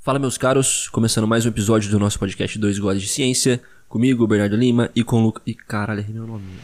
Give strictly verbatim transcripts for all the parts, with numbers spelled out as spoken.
Fala, meus caros, começando mais um episódio do nosso podcast Dois Goles de Ciência, comigo, Bernardo Lima, e com o Lucas... Ih, caralho, errei meu nome.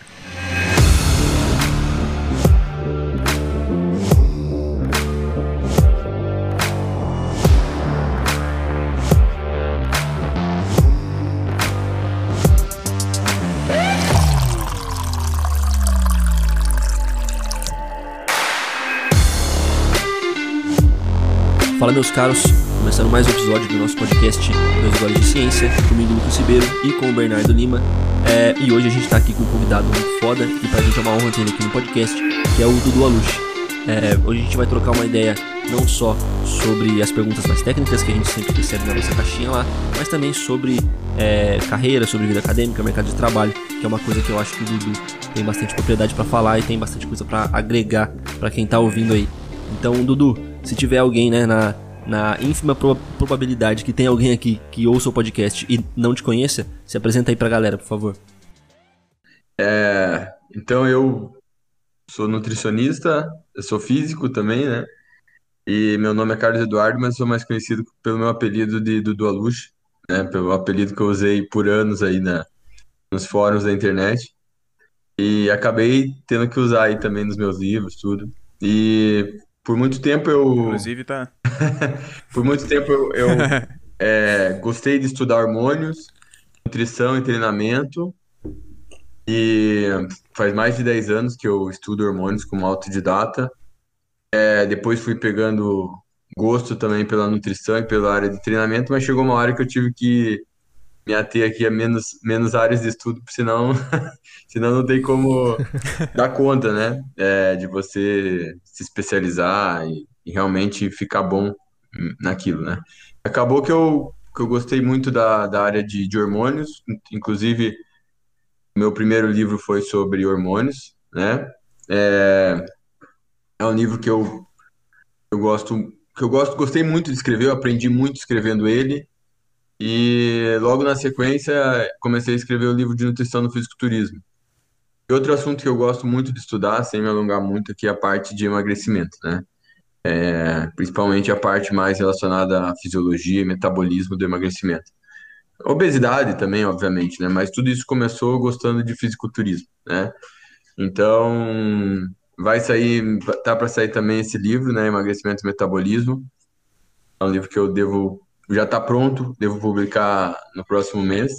Fala, meus caros, começando mais um episódio do nosso podcast Dois Goles de Ciência, comigo, Lucas Ribeiro, e com o Bernardo Lima. É, e hoje a gente tá aqui com um convidado muito foda, e pra gente é uma honra ter ele aqui no podcast, que é o Dudu Alushi. É, hoje a gente vai trocar uma ideia não só sobre as perguntas mais técnicas que a gente sempre recebe na nossa caixinha lá, mas também sobre é, carreira, sobre vida acadêmica, mercado de trabalho, que é uma coisa que eu acho que o Dudu tem bastante propriedade pra falar e tem bastante coisa pra agregar pra quem tá ouvindo aí. Então, Dudu, se tiver alguém, né, na, na ínfima pro, probabilidade que tem alguém aqui que ouça o podcast e não te conheça, se apresenta aí pra galera, por favor. É, então eu sou nutricionista, eu sou físico também, né? E meu nome é Carlos Eduardo, mas sou mais conhecido pelo meu apelido de Dudu Alushi, né? Pelo apelido que eu usei por anos aí na, nos fóruns da internet. E acabei tendo que usar aí também nos meus livros, tudo. E por muito tempo eu, Inclusive, tá. por muito tempo eu, eu é, gostei de estudar hormônios, nutrição e treinamento. E faz mais de dez anos que eu estudo hormônios como autodidata. É, depois fui pegando gosto também pela nutrição e pela área de treinamento, mas chegou uma hora que eu tive que me ater aqui a menos, menos áreas de estudo, senão, senão não tem como dar conta, né? É, de você se especializar e, e realmente ficar bom naquilo, né? Acabou que eu, que eu gostei muito da, da área de, de hormônios, inclusive meu primeiro livro foi sobre hormônios, né? É, é um livro que eu, eu gosto, que eu gosto, gostei muito de escrever, eu aprendi muito escrevendo ele. E logo na sequência comecei a escrever o livro de nutrição no fisiculturismo. E outro assunto que eu gosto muito de estudar, sem me alongar muito aqui, é a parte de emagrecimento, né? É, principalmente a parte mais relacionada à fisiologia e metabolismo do emagrecimento. Obesidade também, obviamente, né? Mas tudo isso começou gostando de fisiculturismo, né? Então, vai sair, tá para sair também esse livro, né? Emagrecimento e Metabolismo. É um livro que eu devo, já está pronto, devo publicar no próximo mês.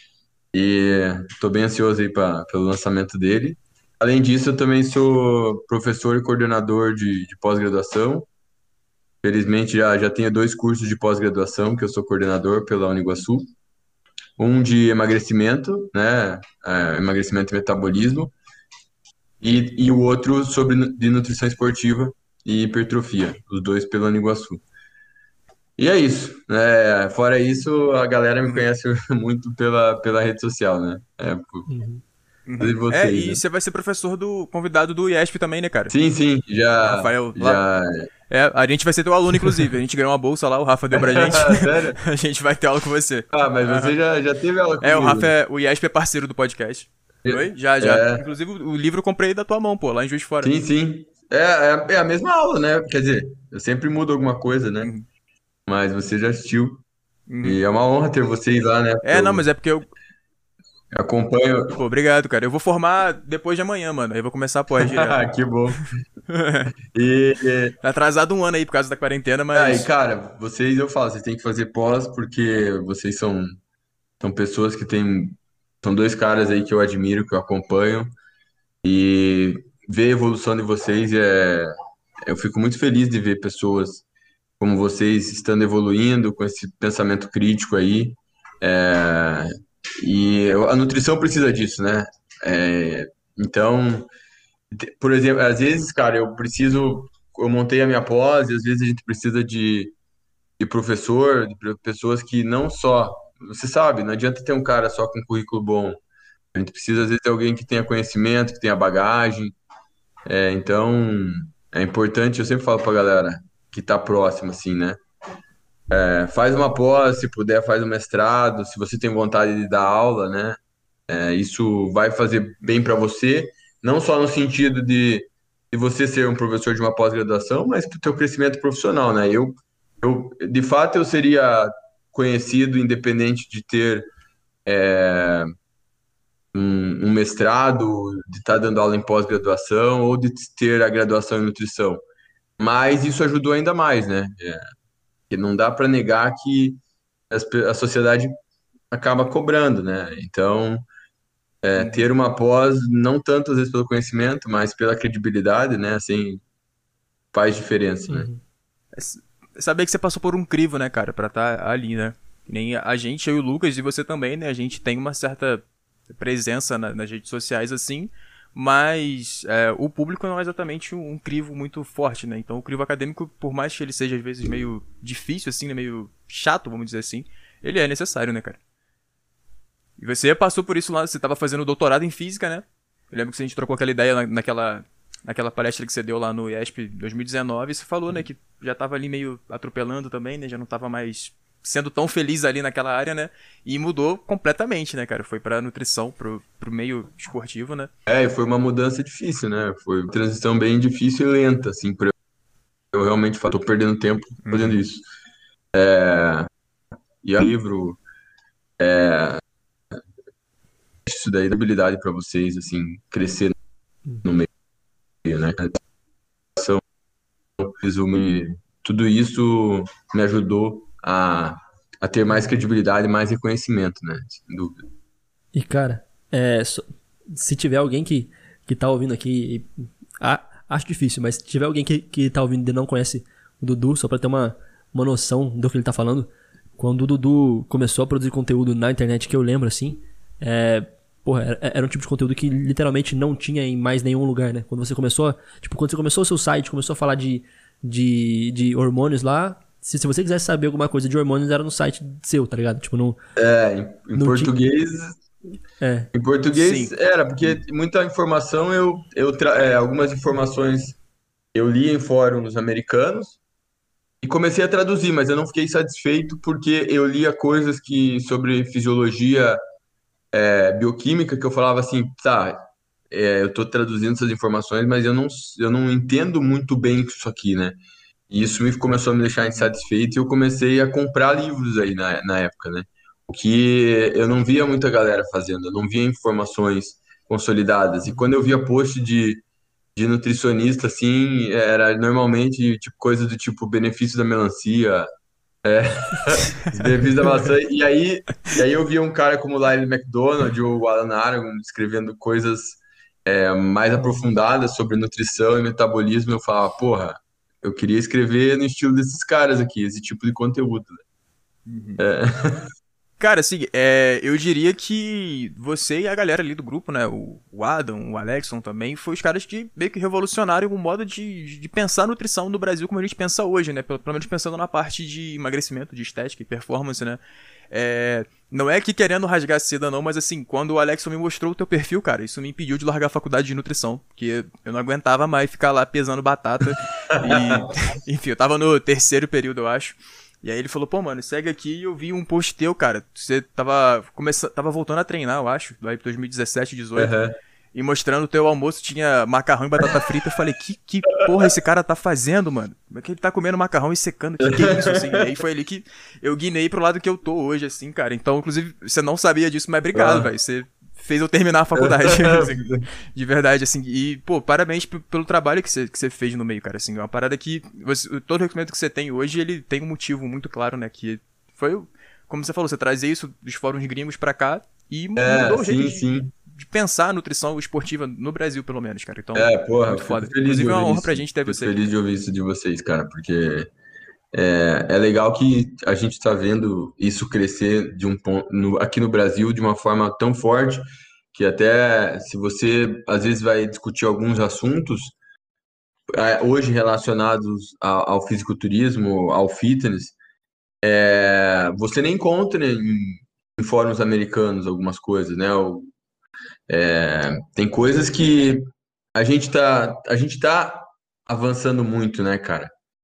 E estou bem ansioso aí pra, pelo lançamento dele. Além disso, eu também sou professor e coordenador de, de pós-graduação. Felizmente, já, já tenho dois cursos de pós-graduação que eu sou coordenador pela Uniguaçu. Um de emagrecimento, né? É, emagrecimento e metabolismo. E, e o outro sobre nu- de nutrição esportiva e hipertrofia, os dois pela Uniguaçu. E é isso, né? Fora isso, a galera me Uhum, conhece muito pela, pela rede social, né? É, por Uhum. de uhum. É, vocês, e né? você vai ser professor do convidado do I E S P também, né, cara? Sim, sim, O já, Rafael lá. já. É, a gente vai ser teu aluno, inclusive. A gente ganhou uma bolsa lá, o Rafa deu pra gente. Sério? A gente vai ter aula com você. Ah, mas você Aham. já, já teve aula É, o comigo, Rafa né? é. O I E S P é parceiro do podcast. Oi? Já, já. É, Inclusive, o livro eu comprei da tua mão, pô, lá em Juiz de Fora. sim, sim. É, é, é a mesma aula, né? Quer dizer, eu sempre mudo alguma coisa, né? Uhum, Mas você já assistiu. uhum. E é uma honra ter vocês lá, né? É, não, Eu mas é porque eu. acompanho. Pô, obrigado, cara. Eu vou formar depois de amanhã, mano. Aí eu vou começar a pós direto. Que bom. E, Tá atrasado um ano aí por causa da quarentena, aí, mas. cara, vocês, eu falo, vocês têm que fazer pós porque vocês são, são pessoas que têm. São dois caras aí que eu admiro, que eu acompanho. E ver a evolução de vocês é. Eu fico muito feliz de ver pessoas como vocês estando evoluindo com esse pensamento crítico aí. É, e eu- a nutrição precisa disso, né? É, então, te- por exemplo, às vezes, cara, eu preciso. Eu montei a minha pós e às vezes a gente precisa de, de professor, de pre- pessoas que não só. Você sabe, não adianta ter um cara só com currículo bom. A gente precisa, às vezes, de alguém que tenha conhecimento, que tenha bagagem. É, então, é importante, eu sempre falo pra galera que tá próximo, assim, né? É, faz uma pós, se puder, faz um mestrado, se você tem vontade de dar aula, né? É, isso vai fazer bem pra você, não só no sentido de, de você ser um professor de uma pós-graduação, mas pro teu crescimento profissional, né? Eu, Eu, de fato, eu seria conhecido independente de ter um, um mestrado, de estar dando aula em pós-graduação ou de ter a graduação em nutrição. Mas isso ajudou ainda mais, né? É, porque não dá para negar que as pe- a sociedade acaba cobrando, né? Então, é, ter Uhum. uma pós, não tanto às vezes pelo conhecimento, mas pela credibilidade, né? Assim, faz diferença, né? Uhum. É s- saber que você passou por um crivo, né, cara, pra estar ali, né? Que nem a gente, eu e o Lucas, e você também, né? A gente tem uma certa presença na- nas redes sociais, assim, mas é, o público não é exatamente um, um crivo muito forte, né? Então o crivo acadêmico, por mais que ele seja às vezes meio difícil, assim, né? Meio chato, vamos dizer assim, ele é necessário, né, cara? E você passou por isso lá, você tava fazendo doutorado em física, né? Eu lembro que a gente trocou aquela ideia na- naquela, naquela palestra que você deu lá no I E S P dois mil e dezenove, e você falou, né, que já tava ali meio atropelando também, né? Já não tava mais sendo tão feliz ali naquela área, né? E mudou completamente, né, cara? Foi pra nutrição, pro, pro meio esportivo, né? É, e foi uma mudança difícil, né? Foi uma transição bem difícil e lenta, assim, pra eu realmente estou perdendo tempo fazendo Uhum. isso. E o livro, isso daí dá habilidade para vocês, assim, crescer no meio, né? Então, resume, tudo isso me ajudou a, a ter mais credibilidade e mais reconhecimento, né? Sem dúvida. E cara, é, só- se tiver alguém que, que tá ouvindo aqui, e- a- acho difícil, mas se tiver alguém que, que tá ouvindo e não conhece o Dudu, só pra ter uma, uma noção do que ele tá falando, quando o Dudu começou a produzir conteúdo na internet, que eu lembro assim, é, porra, era, era um tipo de conteúdo que literalmente não tinha em mais nenhum lugar, né? Quando você começou, tipo, quando você começou o seu site, começou a falar de, de, de hormônios lá, se, se você quisesse saber alguma coisa de hormônios, era no site seu, tá ligado? Tipo, não, É, em, em não tinha. português, É. em português Sim. era, porque muita informação eu, eu tra- é, algumas informações eu li em fóruns americanos e comecei a traduzir, mas eu não fiquei satisfeito porque eu lia coisas que sobre fisiologia, é, bioquímica, que eu falava assim, tá, é, eu estou traduzindo essas informações, mas eu não, eu não entendo muito bem isso aqui, né? E isso me começou a me deixar Uhum. insatisfeito e eu comecei a comprar livros aí na, na época, né? O que eu não via muita galera fazendo, eu não via informações consolidadas. E quando eu via post de, de nutricionista, assim, era normalmente tipo, coisa do tipo benefício da melancia, os benefícios da maçã. E aí, e aí eu via um cara como o Lyle McDonald ou o Alan Aragon escrevendo coisas é, mais aprofundadas sobre nutrição e metabolismo. Eu falava, porra, eu queria escrever no estilo desses caras aqui, esse tipo de conteúdo. Uhum. É, Cara, assim, é, eu diria que você e a galera ali do grupo, né? O, o Adam, o Alexson também, foi os caras que meio que revolucionaram o modo de, de pensar a nutrição no Brasil como a gente pensa hoje, né? Pelo, pelo menos pensando na parte de emagrecimento, de estética e performance, né? É, não é que querendo rasgar a seda, não, mas assim, quando o Alexson me mostrou o teu perfil, cara, isso me impediu de largar a faculdade de nutrição, porque eu não aguentava mais ficar lá pesando batata e, enfim, eu tava no terceiro período, eu acho. E aí ele falou, pô, mano, segue aqui e eu vi um post teu, cara. Você tava, começa... tava voltando a treinar, eu acho, aí dois mil e dezessete, dezoito. aham. E mostrando o teu almoço tinha macarrão e batata frita. Eu falei, que, que porra esse cara tá fazendo, mano? Como é que ele tá comendo macarrão e secando? Que que é isso, assim? E aí foi ali que eu guinei pro lado que eu tô hoje, assim, cara. Então, inclusive, você não sabia disso, mas obrigado, Ah. velho. Você fez eu terminar a faculdade, assim, de verdade, assim. E, pô, parabéns p- pelo trabalho que você, que você fez no meio, cara, assim. É uma parada que, você, todo o recomendo que você tem hoje, ele tem um motivo muito claro, né? Que foi, o- como você falou, você trazer isso dos fóruns gringos pra cá e É, mudou o jeito sim, de, sim. de pensar a nutrição esportiva no Brasil, pelo menos, cara. Então, É, porra, eu muito fico foda. feliz de Inclusive, é uma ouvir honra pra isso. gente ter Fico você aqui, feliz de cara. ouvir isso de vocês, cara, porque é, é legal que a gente está vendo isso crescer de um ponto no- aqui no Brasil de uma forma tão forte que até se você às vezes vai discutir alguns assuntos é, hoje relacionados a- ao fisiculturismo, ao fitness, é, você nem encontra em, em fóruns americanos algumas coisas, né? O- Tem coisas que a gente tá, a gente tá avançando muito, né, cara?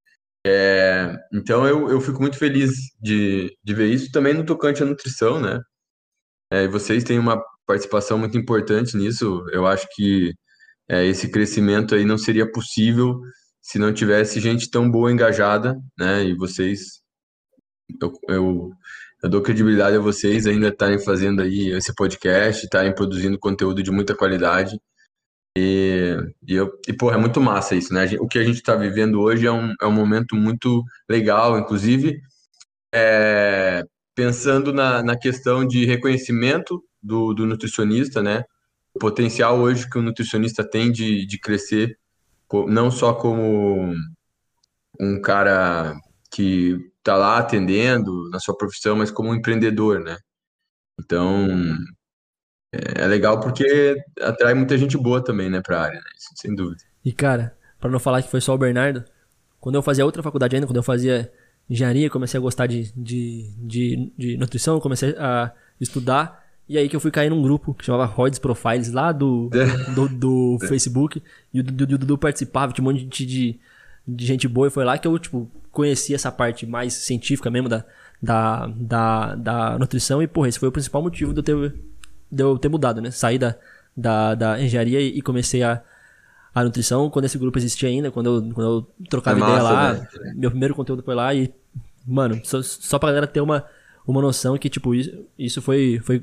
Então eu, eu fico muito feliz de, de ver isso também no tocante à nutrição, né? É, e vocês têm uma participação muito importante nisso. Eu acho que é, esse crescimento aí não seria possível se não tivesse gente tão boa engajada, né? E vocês, eu, eu, eu dou credibilidade a vocês ainda estarem fazendo aí esse podcast, estarem produzindo conteúdo de muita qualidade. E, e, eu, e porra, é muito massa isso, né? O que a gente está vivendo hoje é um, é um momento muito legal, inclusive é, pensando na, na questão de reconhecimento do, do nutricionista, né? O potencial hoje que o nutricionista tem de, de crescer, não só como um cara que está lá atendendo na sua profissão, mas como um empreendedor, né? Então, é legal porque atrai muita gente boa também, né, pra área, né? Isso, sem dúvida. E, cara, pra não falar que foi só o Bernardo, quando eu fazia outra faculdade ainda, quando eu fazia engenharia, comecei a gostar de, de, de, de nutrição, comecei a estudar, e aí que eu fui cair num grupo que chamava Roids Profiles, lá do, do, do Facebook, e o Dudu participava, tinha um monte de, de, de gente boa, e foi lá que eu, tipo, conheci essa parte mais científica mesmo da, da, da, da nutrição, e, porra, esse foi o principal motivo de eu ter... de eu ter mudado, né? Saí da, da, da engenharia e comecei a, a nutrição quando esse grupo existia ainda, quando eu, quando eu trocava é ideia massa, lá. Né? Meu primeiro conteúdo foi lá e, mano, só, só pra galera ter uma, uma noção que, tipo, isso, isso foi, foi...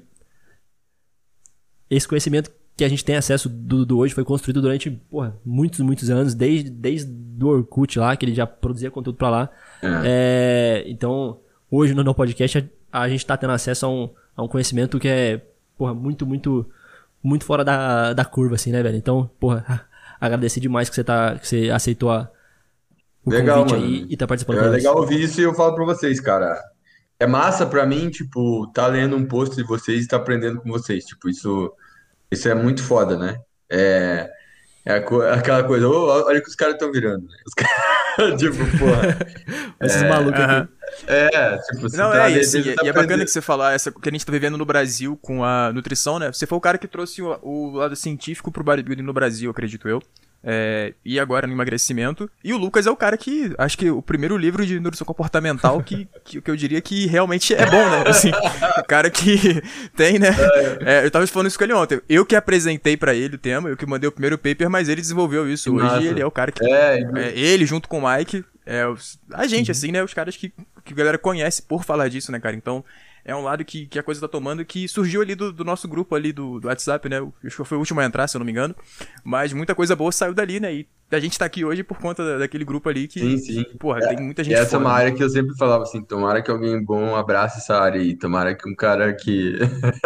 Esse conhecimento que a gente tem acesso do, do hoje foi construído durante, porra, muitos, muitos anos, desde, desde do Orkut lá, que ele já produzia conteúdo pra lá. É. É, então, hoje no, no podcast, a, a gente tá tendo acesso a um, a um conhecimento que é... Porra, muito, muito, muito fora da, da curva, assim, né, velho? Então, porra, agradecer demais que você, tá, que você aceitou a, o legal, convite mano. aí e tá participando É com nós. legal ouvir isso e eu falo pra vocês, cara. É massa pra mim, tipo, tá lendo um post de vocês e tá aprendendo com vocês. Tipo, isso, isso é muito foda, né? É, é aquela coisa, oh, olha o que os caras estão virando, né? Os caras, tipo, porra. Esses é, malucos aqui. É, tipo, você Não, tá é, e, assim, tá e é aprendendo. bacana que você falar essa, que a gente tá vivendo no Brasil com a nutrição, né? Você foi o cara que trouxe o, o lado científico pro bodybuilding no Brasil, acredito eu. É, e agora no emagrecimento. E o Lucas é o cara que, acho que o primeiro livro de nutrição comportamental que, que, que eu diria que realmente é bom, né? Assim, o cara que tem, né? É, eu tava falando isso com ele ontem. Eu que apresentei pra ele o tema, eu que mandei o primeiro paper, mas ele desenvolveu isso. Que Hoje massa. ele é o cara que... É, é, ele junto com o Mike, é, a gente, assim, né? Os caras que, que a galera conhece por falar disso, né, cara? Então... É um lado que, que a coisa tá tomando, que surgiu ali do, do nosso grupo ali do, do WhatsApp, né? Acho que foi o último a entrar, se eu não me engano. Mas muita coisa boa saiu dali, né? E a gente tá aqui hoje por conta da, daquele grupo ali que... Sim, sim. Porra, é, tem muita gente e essa foda, é uma né? área que eu sempre falava assim, tomara que alguém bom abrace essa área aí. Tomara que um cara que...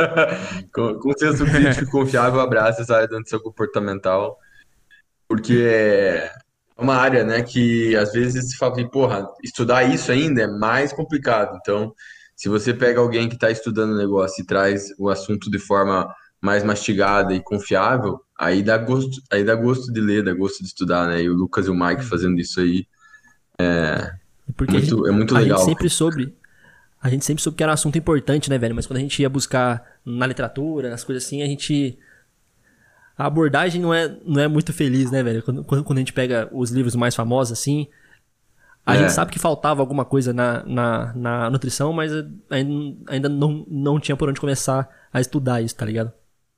com, com senso crítico confiável abrace essa área da nutrição comportamental. Porque é uma área, né, que às vezes se fala, porra, estudar isso ainda é mais complicado. Então... Se você pega alguém que está estudando o negócio e traz o assunto de forma mais mastigada e confiável, aí dá gosto, aí dá gosto de ler, dá gosto de estudar, né? E o Lucas e o Mike fazendo isso aí é Porque muito, a gente, é muito a legal. gente sempre soube, a gente sempre soube que era um assunto importante, né, velho? Mas quando a gente ia buscar na literatura, nas coisas assim, a gente... A abordagem não é, não é muito feliz, né, velho? Quando, quando a gente pega os livros mais famosos, assim... A é. gente sabe que faltava alguma coisa na, na, na nutrição, mas ainda, ainda não, não tinha por onde começar a estudar isso, tá ligado?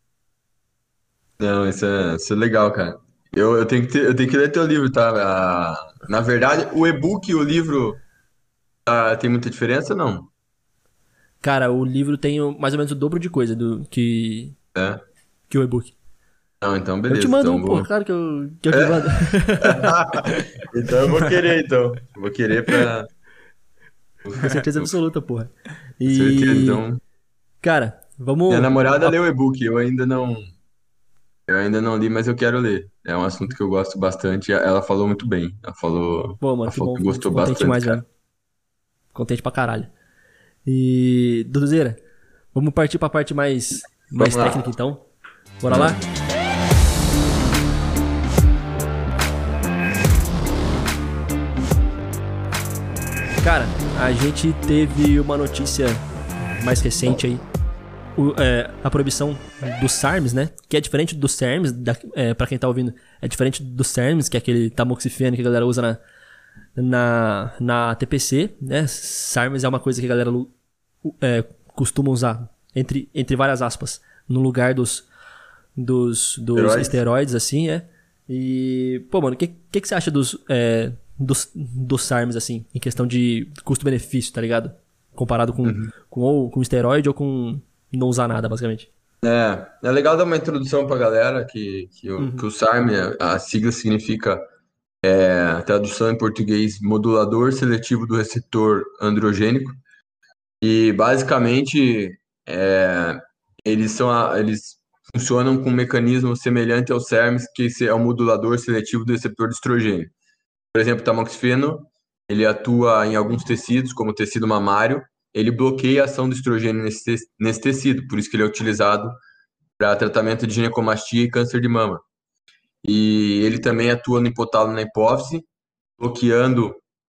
Não, isso é, isso é legal, cara. Eu, eu, tenho que ter, eu tenho que ler teu livro, tá? Ah, na verdade, o e-book e o livro ah, tem muita diferença, não? Cara, o livro tem mais ou menos o dobro de coisa do que, É. que o e-book. Não, então beleza. Eu te mando então um, vou... pô, claro que eu, que eu te mando. Então eu vou querer, então. Vou querer pra... Com certeza absoluta, porra. E... Com certeza, então... Cara, vamos... Minha namorada leu o e-book, eu ainda não... Eu ainda não li, mas eu quero ler. É um assunto que eu gosto bastante. Ela falou muito bem. Ela falou, Pô, mano, ela que falou bom. que gostou Contente bastante, demais, cara. velho. Contente pra caralho. E... Duduzeira, vamos partir pra parte mais, mais Vamos lá. técnica, então. Bora lá? Cara, a gente teve uma notícia mais recente aí. O, é, a proibição dos SARMs, né? Que é diferente dos SERMs, da, é, pra quem tá ouvindo, é diferente dos SERMs, que é aquele tamoxifeno que a galera usa na, na, na T P C, né? SARMs é uma coisa que a galera é, costuma usar, entre, entre várias aspas, no lugar dos, dos, dos Esteroides. esteroides, assim, é. E, pô, mano, o que, que, que você acha dos, é, dos, dos SARMs, assim, em questão de custo-benefício, tá ligado? Comparado com, Uhum. com, ou com esteroide ou com não usar nada, basicamente. É, é legal dar uma introdução pra galera que, que, o, que Uhum. o SARM, a a sigla significa, é, a tradução em português, modulador seletivo do receptor androgênico. E basicamente é, eles são a- eles funcionam com um mecanismo semelhante ao SERMs, que esse é o modulador seletivo do receptor de estrogênio. Por exemplo, o tamoxifeno, ele atua em alguns tecidos, como o tecido mamário, ele bloqueia a ação do estrogênio nesse, te- nesse tecido, por isso que ele é utilizado para tratamento de ginecomastia e câncer de mama. E ele também atua no hipotálamo na hipófise, bloqueando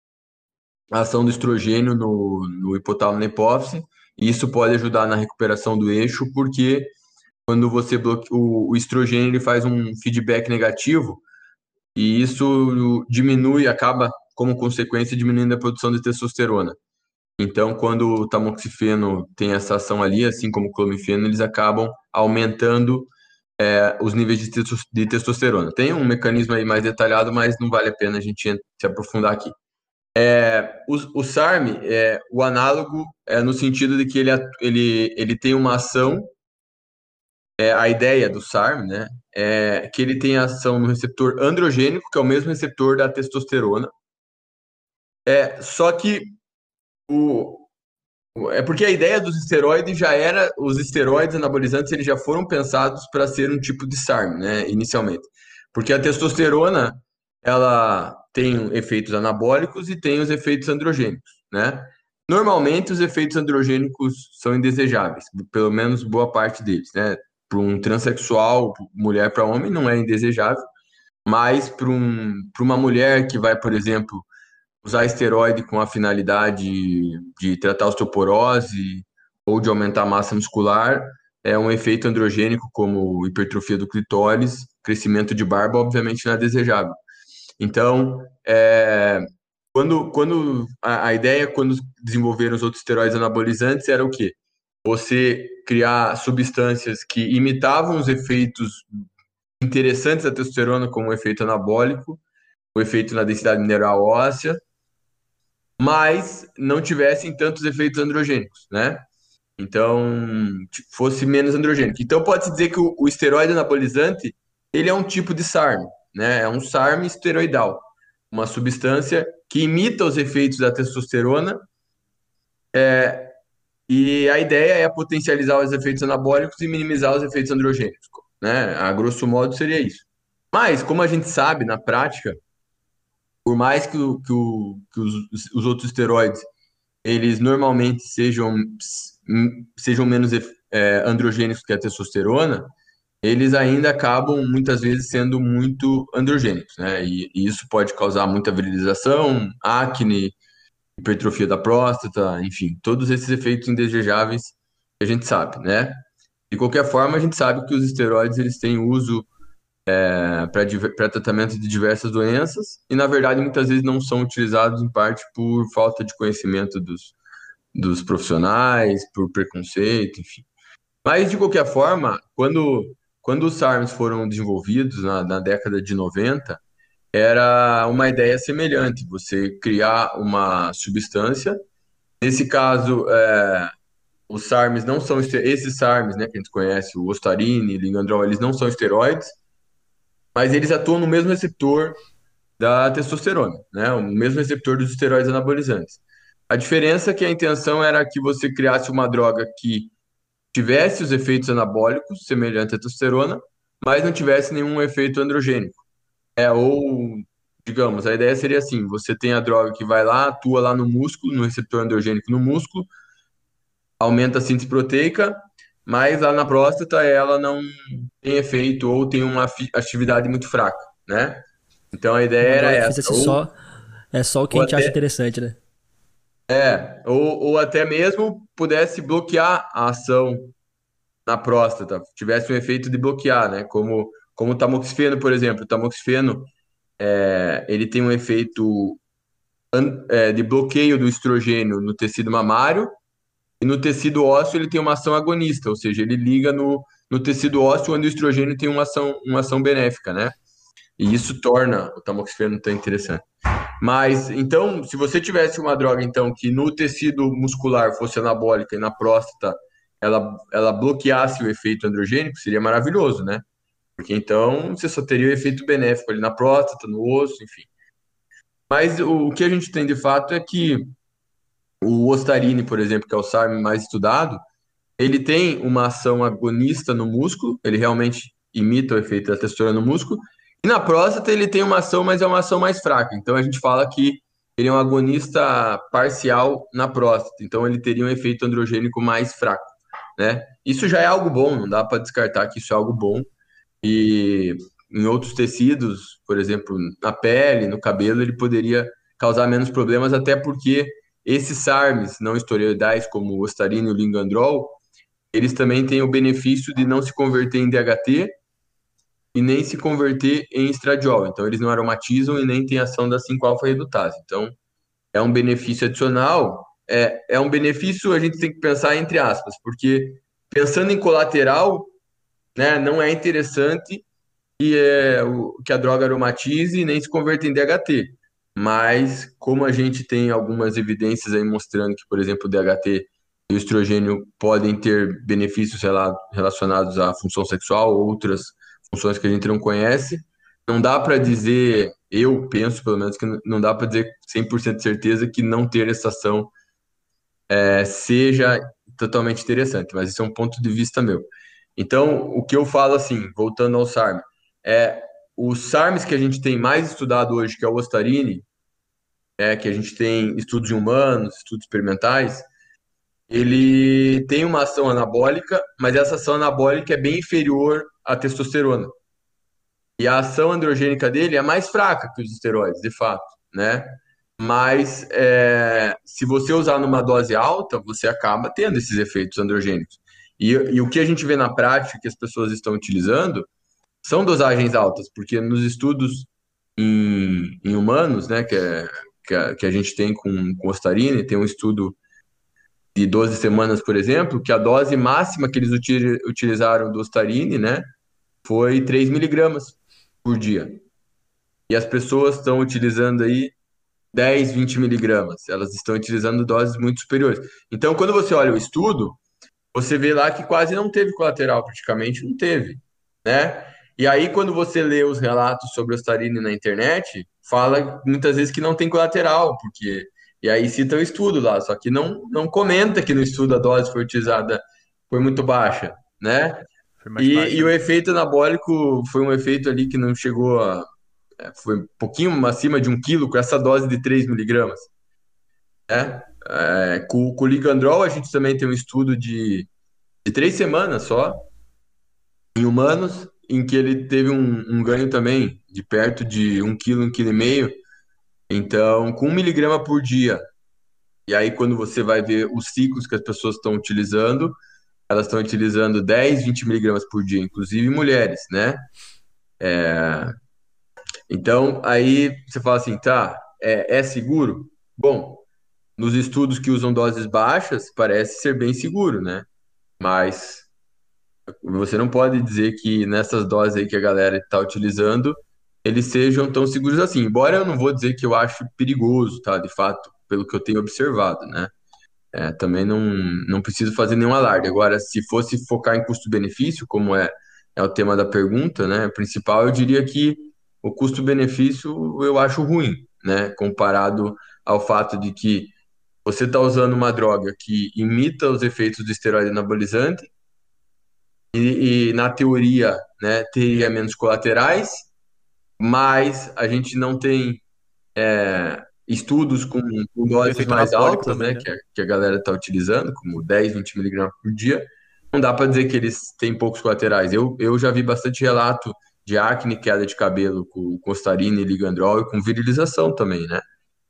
a ação do estrogênio no, no hipotálamo na hipófise, e isso pode ajudar na recuperação do eixo, porque quando você bloqueia, o, o estrogênio ele faz um feedback negativo, e isso diminui, acaba, como consequência, diminuindo a produção de testosterona. Então, quando o tamoxifeno tem essa ação ali, assim como o clomifeno, eles acabam aumentando é, os níveis de, testos- de testosterona. Tem um mecanismo aí mais detalhado, mas não vale a pena a gente se aprofundar aqui. O, o SARM, é, o análogo é no sentido de que ele, atu- ele, ele tem uma ação, é, a ideia do SARM, né, é que ele tem ação no receptor androgênico, que é o mesmo receptor da testosterona, é, só que o, o- é porque a ideia dos esteroides já era, os esteroides anabolizantes eles já foram pensados para ser um tipo de SARM, né, inicialmente. Porque a testosterona, ela tem efeitos anabólicos e tem os efeitos androgênicos, né? Normalmente os efeitos androgênicos são indesejáveis, pelo menos boa parte deles, né? Para um transexual, mulher para homem, não é indesejável, mas para um, para uma mulher que vai, por exemplo, usar esteroide com a finalidade de tratar osteoporose ou de aumentar a massa muscular, é um efeito androgênico como hipertrofia do clitóris, crescimento de barba, obviamente não é desejável. Então, é, quando, quando a, a ideia, quando desenvolveram os outros esteroides anabolizantes, era o quê? Você criar substâncias que imitavam os efeitos interessantes da testosterona, como o efeito anabólico, o efeito na densidade mineral óssea, mas não tivessem tantos efeitos androgênicos, né? Então, tipo, fosse menos androgênico. Então, pode-se dizer que o, o esteroide anabolizante, ele é um tipo de SARM, né? É um SARM esteroidal, uma substância que imita os efeitos da testosterona, e a ideia é potencializar os efeitos anabólicos e minimizar os efeitos androgênicos, né? A grosso modo seria isso. Mas, como a gente sabe na prática, por mais que, o, que, o, que os, os outros esteroides eles normalmente sejam, sejam menos é, androgênicos que a testosterona, eles ainda acabam muitas vezes sendo muito androgênicos, né? E, e isso pode causar muita virilização, acne, hipertrofia da próstata, enfim, todos esses efeitos indesejáveis que a gente sabe, né? De qualquer forma, a gente sabe que os esteroides eles têm uso para tratamento de diversas doenças e, na verdade, muitas vezes não são utilizados em parte por falta de conhecimento dos, dos profissionais, por preconceito, enfim. Mas, de qualquer forma, quando, quando os SARMs foram desenvolvidos na, na década de noventa, era uma ideia semelhante, você criar uma substância. Nesse caso, é, os SARMs não são, este- esses SARMs, né, que a gente conhece, o Ostarine, Ligandrol, eles não são esteroides, mas eles atuam no mesmo receptor da testosterona, né, o mesmo receptor dos esteroides anabolizantes. A diferença é que a intenção era que você criasse uma droga que tivesse os efeitos anabólicos, semelhante à testosterona, mas não tivesse nenhum efeito androgênico. É, ou, digamos, a ideia seria assim: você tem a droga que vai lá, atua lá no músculo, no receptor androgênico no músculo, aumenta a síntese proteica, mas lá na próstata ela não tem efeito ou tem uma fi- atividade muito fraca, né? Então a ideia Uma era droga que essa, fizesse ou, só, é só o que ou a gente acha até interessante, né? é, ou, ou até mesmo pudesse bloquear a ação na próstata, tivesse um efeito de bloquear, né? Como, como o tamoxifeno, por exemplo. O tamoxifeno, é, ele tem um efeito an- é, de bloqueio do estrogênio no tecido mamário e no tecido ósseo ele tem uma ação agonista, ou seja, ele liga no, no tecido ósseo onde o estrogênio tem uma ação, uma ação benéfica, né? E isso torna o tamoxifeno tão interessante. Mas, então, se você tivesse uma droga, então, que no tecido muscular fosse anabólica e na próstata ela, ela bloqueasse o efeito androgênico, seria maravilhoso, né? Porque então você só teria o efeito benéfico ali na próstata, no osso, enfim. Mas o, o que a gente tem de fato é que o Ostarine, por exemplo, que é o SARM mais estudado, ele tem uma ação agonista no músculo, ele realmente imita o efeito da testosterona no músculo, e na próstata ele tem uma ação, mas é uma ação mais fraca. Então a gente fala que ele é um agonista parcial na próstata, então ele teria um efeito androgênico mais fraco, né? Isso já é algo bom, não dá para descartar que isso é algo bom. E em outros tecidos, por exemplo, na pele, no cabelo, ele poderia causar menos problemas, até porque esses SARMs não esteroidais, como o Ostarine e o Ligandrol, eles também têm o benefício de não se converter em D H T e nem se converter em estradiol. Então, eles não aromatizam e nem têm ação da cinco alfa redutase. Então, é um benefício adicional. É, é um benefício, a gente tem que pensar entre aspas, porque pensando em colateral, né, não é interessante que, é, o, que a droga aromatize e nem se converta em D H T. Mas, como a gente tem algumas evidências aí mostrando que, por exemplo, o D H T e o estrogênio podem ter benefícios rela- relacionados à função sexual, outras funções que a gente não conhece, não dá para dizer, eu penso pelo menos, que n- não dá para dizer cem por cento de certeza que não ter essa ação é, seja totalmente interessante, mas isso é um ponto de vista meu. Então, o que eu falo assim, voltando ao SARM, é os SARMs que a gente tem mais estudado hoje, que é o Ostarine, é, que a gente tem estudos em humanos, estudos experimentais, ele tem uma ação anabólica, mas essa ação anabólica é bem inferior à testosterona. E a ação androgênica dele é mais fraca que os esteroides, de fato, né? Mas é, se você usar numa dose alta, você acaba tendo esses efeitos androgênicos. E, e o que a gente vê na prática que as pessoas estão utilizando são dosagens altas, porque nos estudos em, em humanos, né, que, é, que, a, que a gente tem com, com Ostarine, tem um estudo de doze semanas, por exemplo, que a dose máxima que eles uti- utilizaram do Ostarine, né, foi três miligramas por dia. E as pessoas estão utilizando aí dez, vinte miligramas. Elas estão utilizando doses muito superiores. Então, quando você olha o estudo, você vê lá que quase não teve colateral, praticamente não teve, né? E aí, quando você lê os relatos sobre Ostarine na internet, fala muitas vezes que não tem colateral, porque... E aí cita o estudo lá, só que não, não comenta que no estudo a dose foi utilizada, foi muito baixa, né? Foi mais E, e baixa, o né? efeito anabólico foi um efeito ali que não chegou a... é, foi um pouquinho acima de um quilo com essa dose de três miligramas, né? É, com, com o Ligandrol, a gente também tem um estudo de, de três semanas só, em humanos, em que ele teve um, um ganho também de perto de um quilo, um quilo e meio. Então, com um miligrama por dia. E aí, quando você vai ver os ciclos que as pessoas estão utilizando, elas estão utilizando dez, vinte miligramas por dia, inclusive mulheres, né? Então, aí você fala assim, tá, é, é seguro? Bom, nos estudos que usam doses baixas, parece ser bem seguro, né? Mas você não pode dizer que nessas doses aí que a galera está utilizando, eles sejam tão seguros assim. Embora eu não vou dizer que eu acho perigoso, tá? De fato, pelo que eu tenho observado, né? É, também não, não preciso fazer nenhum alarde. Agora, se fosse focar em custo-benefício, como é, é o tema da pergunta, né? Principal, eu diria que o custo-benefício eu acho ruim, né? Comparado ao fato de que você está usando uma droga que imita os efeitos do esteroide anabolizante e, e, na teoria, né, teria menos colaterais, mas a gente não tem é, estudos com, com O doses efeito mais anabólico altas, também, né, né? que a, que a galera está utilizando, como dez, vinte miligramas por dia. Não dá para dizer que eles têm poucos colaterais. Eu, eu já vi bastante relato de acne, queda de cabelo com, com Ostarine e Ligandrol e com virilização também, né?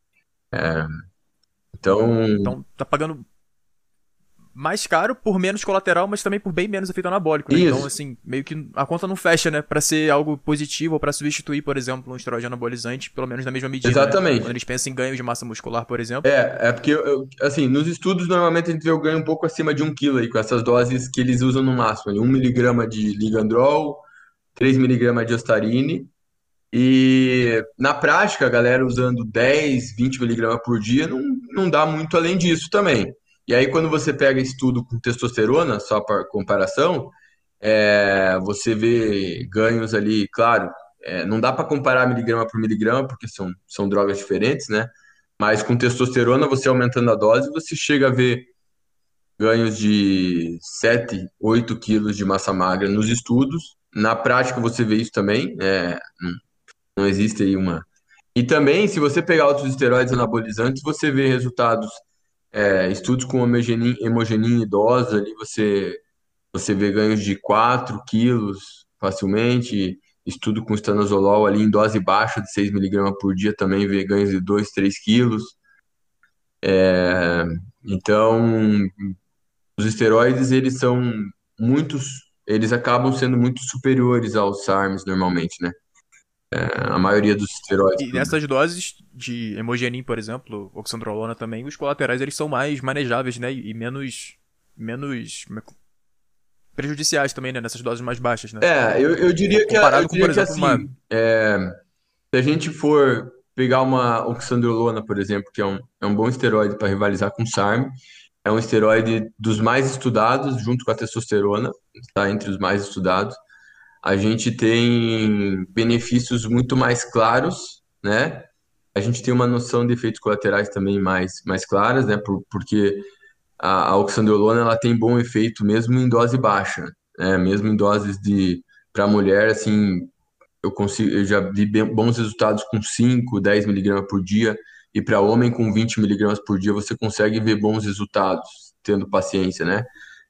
Então, Então tá pagando mais caro por menos colateral, mas também por bem menos efeito anabólico, né? Então, isso, assim, meio que a conta não fecha, né? Pra ser algo positivo ou pra substituir, por exemplo, um esteroide anabolizante, pelo menos na mesma medida, né? Quando exatamente. eles pensam em ganho de massa muscular, por exemplo. É, é porque, eu- assim, nos estudos, normalmente a gente vê o ganho um pouco acima de um quilo aí, com essas doses que eles usam no máximo, ali, um miligrama de Ligandrol, três miligramas de Ostarine, E na prática, a galera usando dez, vinte miligramas por dia não, não dá muito além disso também. E aí, quando você pega estudo com testosterona, só para comparação, é, você vê ganhos ali, claro, é, não dá para comparar miligrama por miligrama, porque são, são drogas diferentes, né? Mas com testosterona, você aumentando a dose, você chega a ver ganhos de sete, oito quilos de massa magra nos estudos. Na prática, você vê isso também, é, não, não existe aí uma. E também, se você pegar outros esteroides anabolizantes, você vê resultados, é, estudos com hemogenin- hemogenin idosa, ali você, você vê ganhos de quatro quilos facilmente. Estudo com estanozolol ali em dose baixa de seis miligramas por dia também vê ganhos de dois, três quilos. É, então, os esteroides, eles são muitos, eles acabam sendo muito superiores aos SARMs normalmente, né? A maioria dos esteroides. E nessas doses de hemogenin, por exemplo, oxandrolona também, os colaterais eles são mais manejáveis, né? E menos, menos prejudiciais também, né? Nessas doses mais baixas, né? É, eu, eu diria que, Comparado eu com, diria por que exemplo, assim, uma... é, se a gente for pegar uma oxandrolona, por exemplo, que é um, é um bom esteroide para rivalizar com o SARM, é um esteroide dos mais estudados, junto com a testosterona, está entre os mais estudados. A gente tem benefícios muito mais claros, né? A gente tem uma noção de efeitos colaterais também mais, mais claras, né? Por, porque a, a oxandrolona ela tem bom efeito mesmo em dose baixa, né? Mesmo em doses de para mulher, assim, eu consigo, eu já vi bem- bons resultados com cinco, dez miligramas por dia, e para homem com vinte miligramas por dia você consegue ver bons resultados, tendo paciência, né?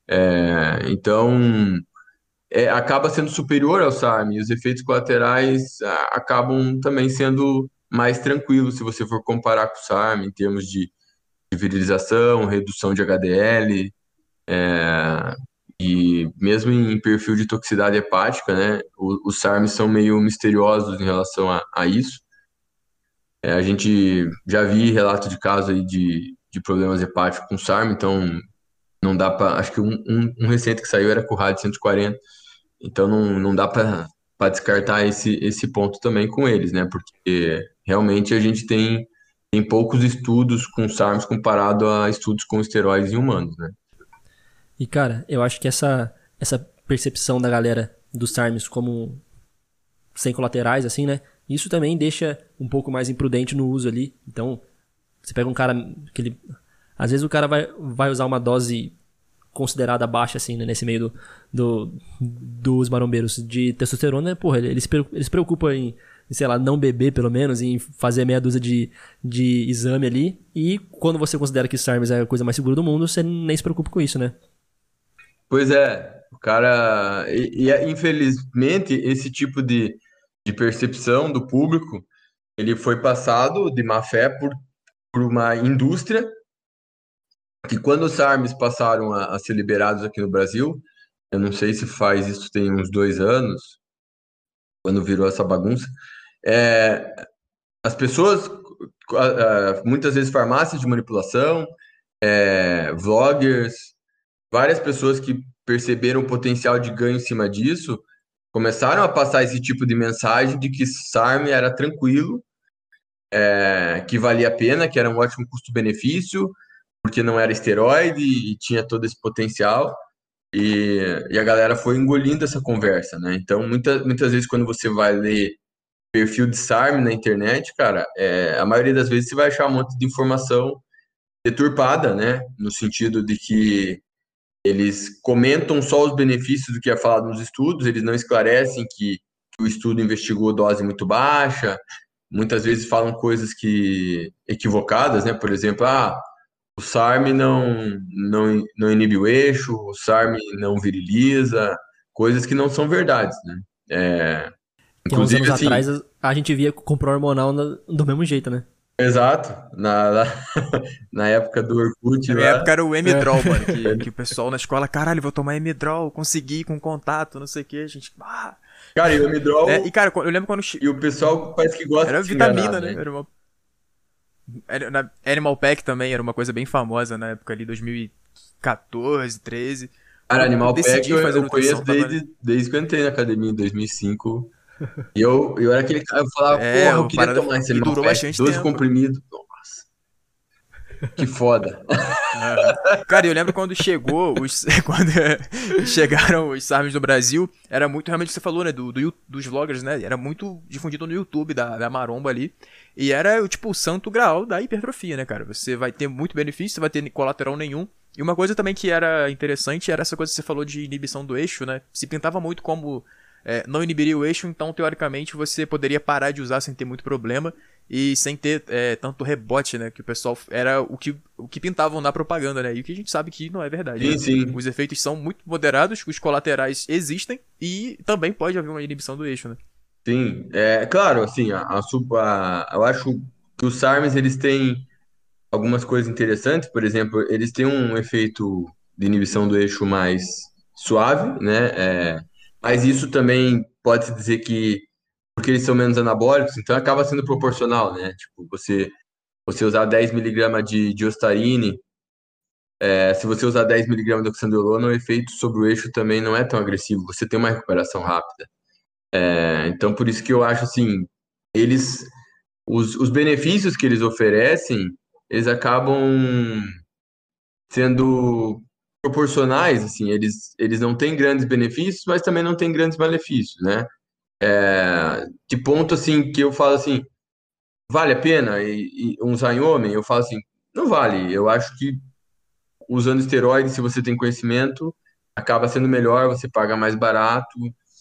É, então, é, acaba sendo superior ao SARM, e os efeitos colaterais ah, acabam também sendo mais tranquilos se você for comparar com o SARM em termos de, de virilização, redução de H D L, é, e mesmo em perfil de toxicidade hepática, né, o- os SARMs são meio misteriosos em relação a, a isso. É, a gente já vi relato de caso aí de, de problemas hepáticos com SARM, então não dá para. Acho que um, um, um recente que saiu era com RAD cento e quarenta, então não, não dá para descartar esse, esse ponto também com eles, né? Porque realmente a gente tem, tem poucos estudos com SARMs comparado a estudos com esteroides em humanos, né? E, cara, eu acho que essa, essa percepção da galera dos SARMs como sem colaterais, assim, né? Isso também deixa um pouco mais imprudente no uso ali. Então, você pega um cara que ele... Às vezes o cara vai, vai usar uma dose considerada baixa, assim, né? Nesse meio do, do- dos marombeiros de testosterona, porra, ele, ele, se, pre- ele se preocupa em, em, sei lá, não beber, pelo menos, em fazer meia dúzia de, de exame ali. E quando você considera que SARMs é a coisa mais segura do mundo, você nem se preocupa com isso, né? Pois é, o cara. E, e, infelizmente, esse tipo de, de percepção do público ele foi passado de má fé por, por uma indústria que, quando os SARMs passaram a, a ser liberados aqui no Brasil, eu não sei se faz isso tem uns dois anos, quando virou essa bagunça, é, as pessoas, ah, ah, muitas vezes farmácias de manipulação, é, vloggers, várias pessoas que perceberam o potencial de ganho em cima disso, começaram a passar esse tipo de mensagem de que SARM era tranquilo, é, que valia a pena, que era um ótimo custo-benefício, porque não era esteroide e tinha todo esse potencial. E, e a galera foi engolindo essa conversa, né? Então, muita, muitas vezes, quando você vai ler perfil de SARM na internet, cara, é, a maioria das vezes você vai achar um monte de informação deturpada, né? No sentido de que eles comentam só os benefícios do que é falado nos estudos, eles não esclarecem que, que o estudo investigou dose muito baixa, muitas vezes falam coisas que equivocadas, né? Por exemplo, ah, o SARM não, não, não inibe o eixo, o SARM não viriliza, coisas que não são verdades, né? É, Que há uns inclusive, anos assim, atrás a a gente via comprar hormonal na- do mesmo jeito, né? exato, na, na, na época do Orkut Na minha lá, época era o É. M-Drol, mano, que, que o pessoal na escola, caralho, vou tomar M-Drol, consegui com contato, não sei o que, a gente... Ah. cara, e o É, e Midroll, cara, eu lembro quando... che- e o pessoal parece que gosta Era de se enganar, vitamina, né? né? Era uma... Era, na Animal Pack também era uma coisa bem famosa na época ali, dois mil e quatorze, treze. Cara, Quando eu Animal Pack decidi eu, fazer eu nutrição, conheço tava... desde, desde que eu entrei na academia em dois mil e cinco. E eu, eu era aquele cara, eu falava, É, porra, eu o queria parada tomar esse e Animal durou Fast, bastante doze tempo. comprimidos. Nossa, que foda. Aham. Cara, eu lembro quando chegou os quando chegaram os SARMs no Brasil, era muito realmente o que você falou, né, do, do Yu- dos vloggers, né? Era muito difundido no YouTube da, da maromba ali. E era tipo o santo graal da hipertrofia, né, cara? Você vai ter muito benefício, você vai ter colateral nenhum. E uma coisa também que era interessante era essa coisa que você falou de inibição do eixo, né? Se pintava muito como é, não inibiria o eixo, então teoricamente você poderia parar de usar sem ter muito problema e sem ter é, tanto rebote, né? Que o pessoal era o que, o que pintavam na propaganda, né? E o que a gente sabe que não é verdade, Sim, né? sim, Os efeitos são muito moderados, os colaterais existem e também pode haver uma inibição do eixo, né? sim. É claro, assim, a, a, sub- a- eu acho que os SARMs, eles têm algumas coisas interessantes, por exemplo, eles têm um efeito de inibição do eixo mais suave, né? É, mas isso também pode-se dizer que, porque eles são menos anabólicos, então acaba sendo proporcional, né? Tipo, você, você usar dez miligramas de, de Ostarine, é, se você usar dez miligramas de oxandrolona, o efeito sobre o eixo também não é tão agressivo, você tem uma recuperação rápida. É, então, por isso que eu acho assim, eles, os, os benefícios que eles oferecem, eles acabam sendo proporcionais, assim, eles, eles não têm grandes benefícios, mas também não têm grandes malefícios, né? É, de ponto, assim, que eu falo assim, vale a pena e, e usar em homem? Eu falo assim, não vale. Eu acho que usando esteroides, se você tem conhecimento, acaba sendo melhor, você paga mais barato.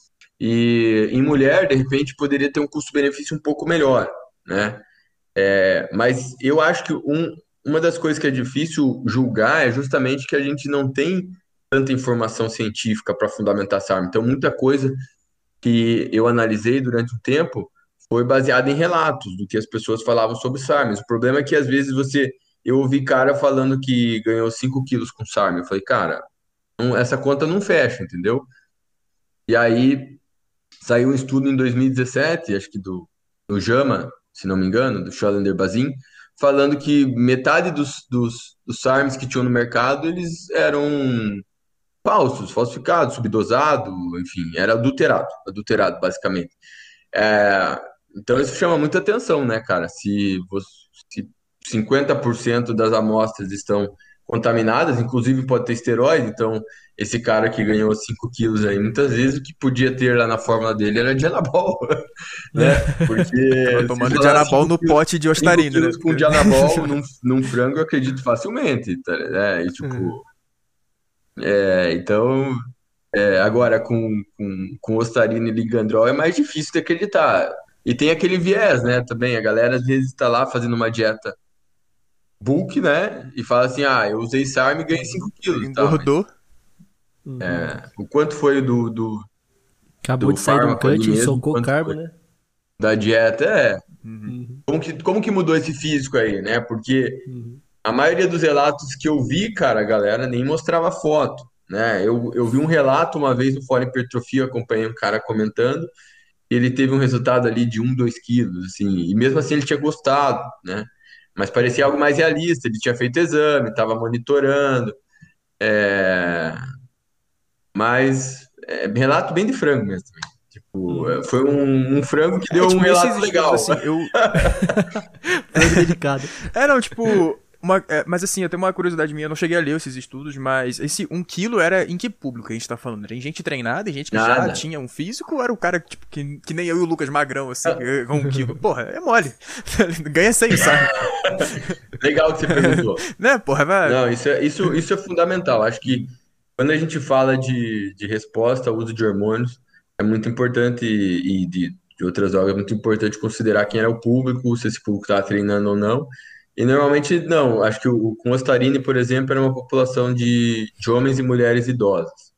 E em mulher, de repente, poderia ter um custo-benefício um pouco melhor, né? É, mas eu acho que um, uma das coisas que é difícil julgar é justamente que a gente não tem tanta informação científica para fundamentar essa arma. Então, muita coisa que eu analisei durante o tempo foi baseada em relatos do que as pessoas falavam sobre SARMs. O problema é que às vezes você. Eu ouvi cara falando que ganhou cinco quilos com SARM. Eu falei, cara, não- essa conta não fecha, entendeu? E aí saiu um estudo em dois mil e dezessete, acho que do, do JAMA, se não me engano, do Schollander Bazin, falando que metade dos, dos, dos SARMs que tinham no mercado, eles eram falsos, falsificados, subdosado, enfim, era adulterado, adulterado, basicamente. É, então isso chama muita atenção, né, cara? Se, você, se cinquenta por cento das amostras estão contaminadas, inclusive pode ter esteroide, então esse cara que ganhou cinco quilos aí, muitas vezes o que podia ter lá na fórmula dele era Dianabol, né? Tava Porque se tomando falar Dianabol cinco no quilos, pote de cinco Ostarine, né? quilos com Porque... Dianabol num, num frango, eu acredito facilmente, tá? É, e tipo, é, então é, agora, com, com, com Ostarine e Ligandrol é mais difícil de acreditar. E tem aquele viés, né, também. A galera às vezes está lá fazendo uma dieta bulk, né, e fala assim, ah, eu usei SARM e ganhei cinco Uhum, Ele quilos, tá, mas engordou. uhum. o quanto foi do, do, Acabou do de sair de um fármaco ali cut e mesmo, socou quanto carbo, foi né? da dieta, é... Uhum. Uhum, Como que, como que mudou esse físico aí, né? Porque uhum, a maioria dos relatos que eu vi, cara, a galera nem mostrava foto, né? Eu, eu vi um relato uma vez no Fórum Hipertrofia, eu acompanhei um cara comentando, ele teve um resultado ali de um, dois quilos, assim, e mesmo assim ele tinha gostado, né? Mas parecia uhum, algo mais realista, ele tinha feito exame, estava monitorando, é... mas é, relato bem de frango mesmo. Também. Tipo, é, uhum. foi um, um frango que É, deu um tipo, esses relato estudos, legal. assim, eu... Frango dedicado. É, não, tipo... Uma, é, mas assim, eu tenho uma curiosidade minha, eu não cheguei a ler esses estudos, mas esse um quilo era em que público que a gente tá falando? Tem gente treinada, tem gente que já Nada. tinha um físico, ou era o cara tipo, que, que nem eu e o Lucas Magrão, assim, com um quilo? Porra, é mole. Ganha cem, sabe? Legal que você perguntou. Né, porra, vai... Não, isso é, isso, isso é fundamental. Acho que quando a gente fala de, de resposta ao uso de hormônios, é muito importante, e, e de, de outras drogas, é muito importante considerar quem era o público, se esse público estava treinando ou não. E normalmente, não. Acho que o, com Ostarine, por exemplo, era uma população de, de homens e mulheres idosas.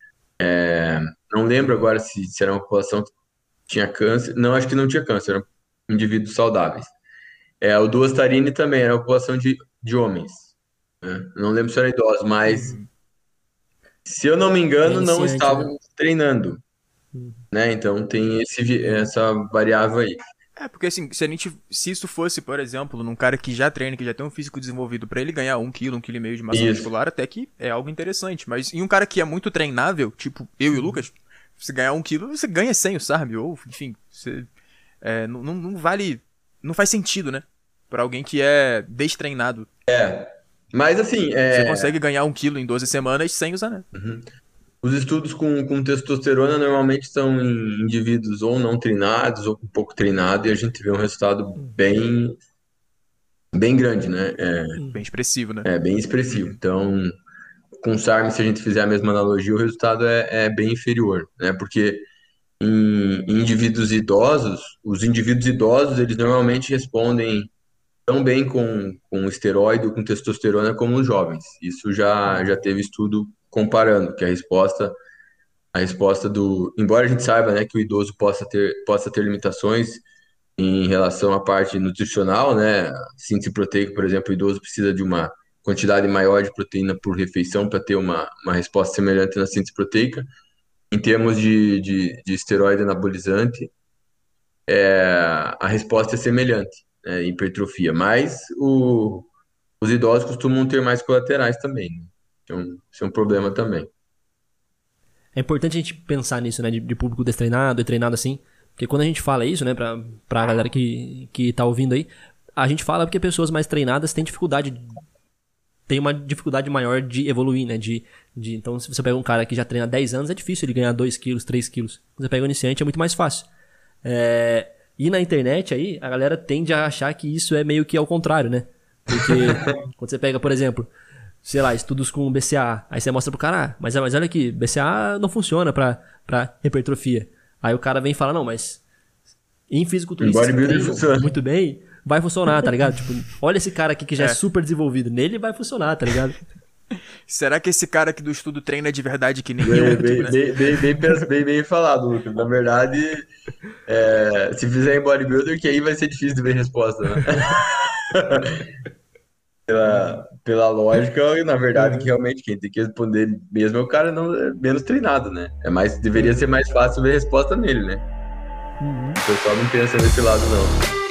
Não lembro agora se, se era uma população que tinha câncer. Não, acho que não tinha câncer, eram indivíduos saudáveis. É, o do Ostarine também era uma população de, de homens, né? Não lembro se era idosos, mas Uhum. se eu não me É engano, não iniciante, né? estavam treinando, Uhum, né? Então tem esse, vi- essa variável aí. É, porque assim, se a gente. Se isso fosse, por exemplo, num cara que já treina, que já tem um físico desenvolvido, pra ele ganhar um quilo, um quilo e meio de massa Isso. muscular, até que é algo interessante. Mas em um cara que é muito treinável, tipo eu e o Lucas, você ganhar um quilo, você ganha cem, sabe? Ou, enfim, você, é, não, não, não vale, não faz sentido, né? Pra alguém que é destreinado. É, mas assim, é... Você consegue ganhar um quilo em doze semanas sem usar, né? Uhum. Os estudos com, com testosterona normalmente são em indivíduos ou não treinados ou com pouco treinado, e a gente vê um resultado bem, bem grande, né? É, Bem expressivo, né? é bem expressivo. Então, com o SARM, se a gente fizer a mesma analogia, o resultado é, é bem inferior, né? Porque em, em indivíduos idosos, os indivíduos idosos, eles normalmente respondem tão bem com, com esteroide ou com testosterona como os jovens. Isso já, já teve estudo comparando, que a resposta, a resposta do... Embora a gente saiba, né, que o idoso possa ter, possa ter limitações em relação à parte nutricional, né? Síntese proteica, por exemplo, o idoso precisa de uma quantidade maior de proteína por refeição para ter uma, uma resposta semelhante na síntese proteica. Em termos de, de, de esteroide anabolizante, é, a resposta é semelhante, né, hipertrofia, mas o, os idosos costumam ter mais colaterais também, né? Então, isso é um problema também. É importante a gente pensar nisso, né? De, de público destreinado e treinado assim. Porque quando a gente fala isso, né? Pra, pra galera que, que tá ouvindo aí, a gente fala porque pessoas mais treinadas têm dificuldade... Tem uma dificuldade maior de evoluir, né? De, de, então, se você pega um cara que já treina há dez anos, é difícil ele ganhar dois quilos, três quilos. Quando você pega um iniciante, é muito mais fácil. É, e na internet aí, a galera tende a achar que isso é meio que ao contrário, né? Porque quando você pega, por exemplo, sei lá, estudos com B C A A, aí você mostra pro cara, ah, mas, mas olha aqui, B C A A não funciona pra, pra hipertrofia. Aí o cara vem e fala, não, mas em fisiculturismo muito bem, vai funcionar, tá ligado? Tipo, olha esse cara aqui que já é, é super desenvolvido, nele vai funcionar, tá ligado? Será que esse cara aqui do estudo treina de verdade que nem bem, eu? Bem, né? bem, bem, bem, bem, bem falado, Lucas. Na verdade, é, se fizer em bodybuilder, que aí vai ser difícil de ver resposta, né? pela, pela lógica, na verdade, que realmente quem tem que responder mesmo é o cara não, é menos treinado, né? É mais, deveria ser mais fácil ver resposta nele, né? O pessoal não pensa nesse lado, não.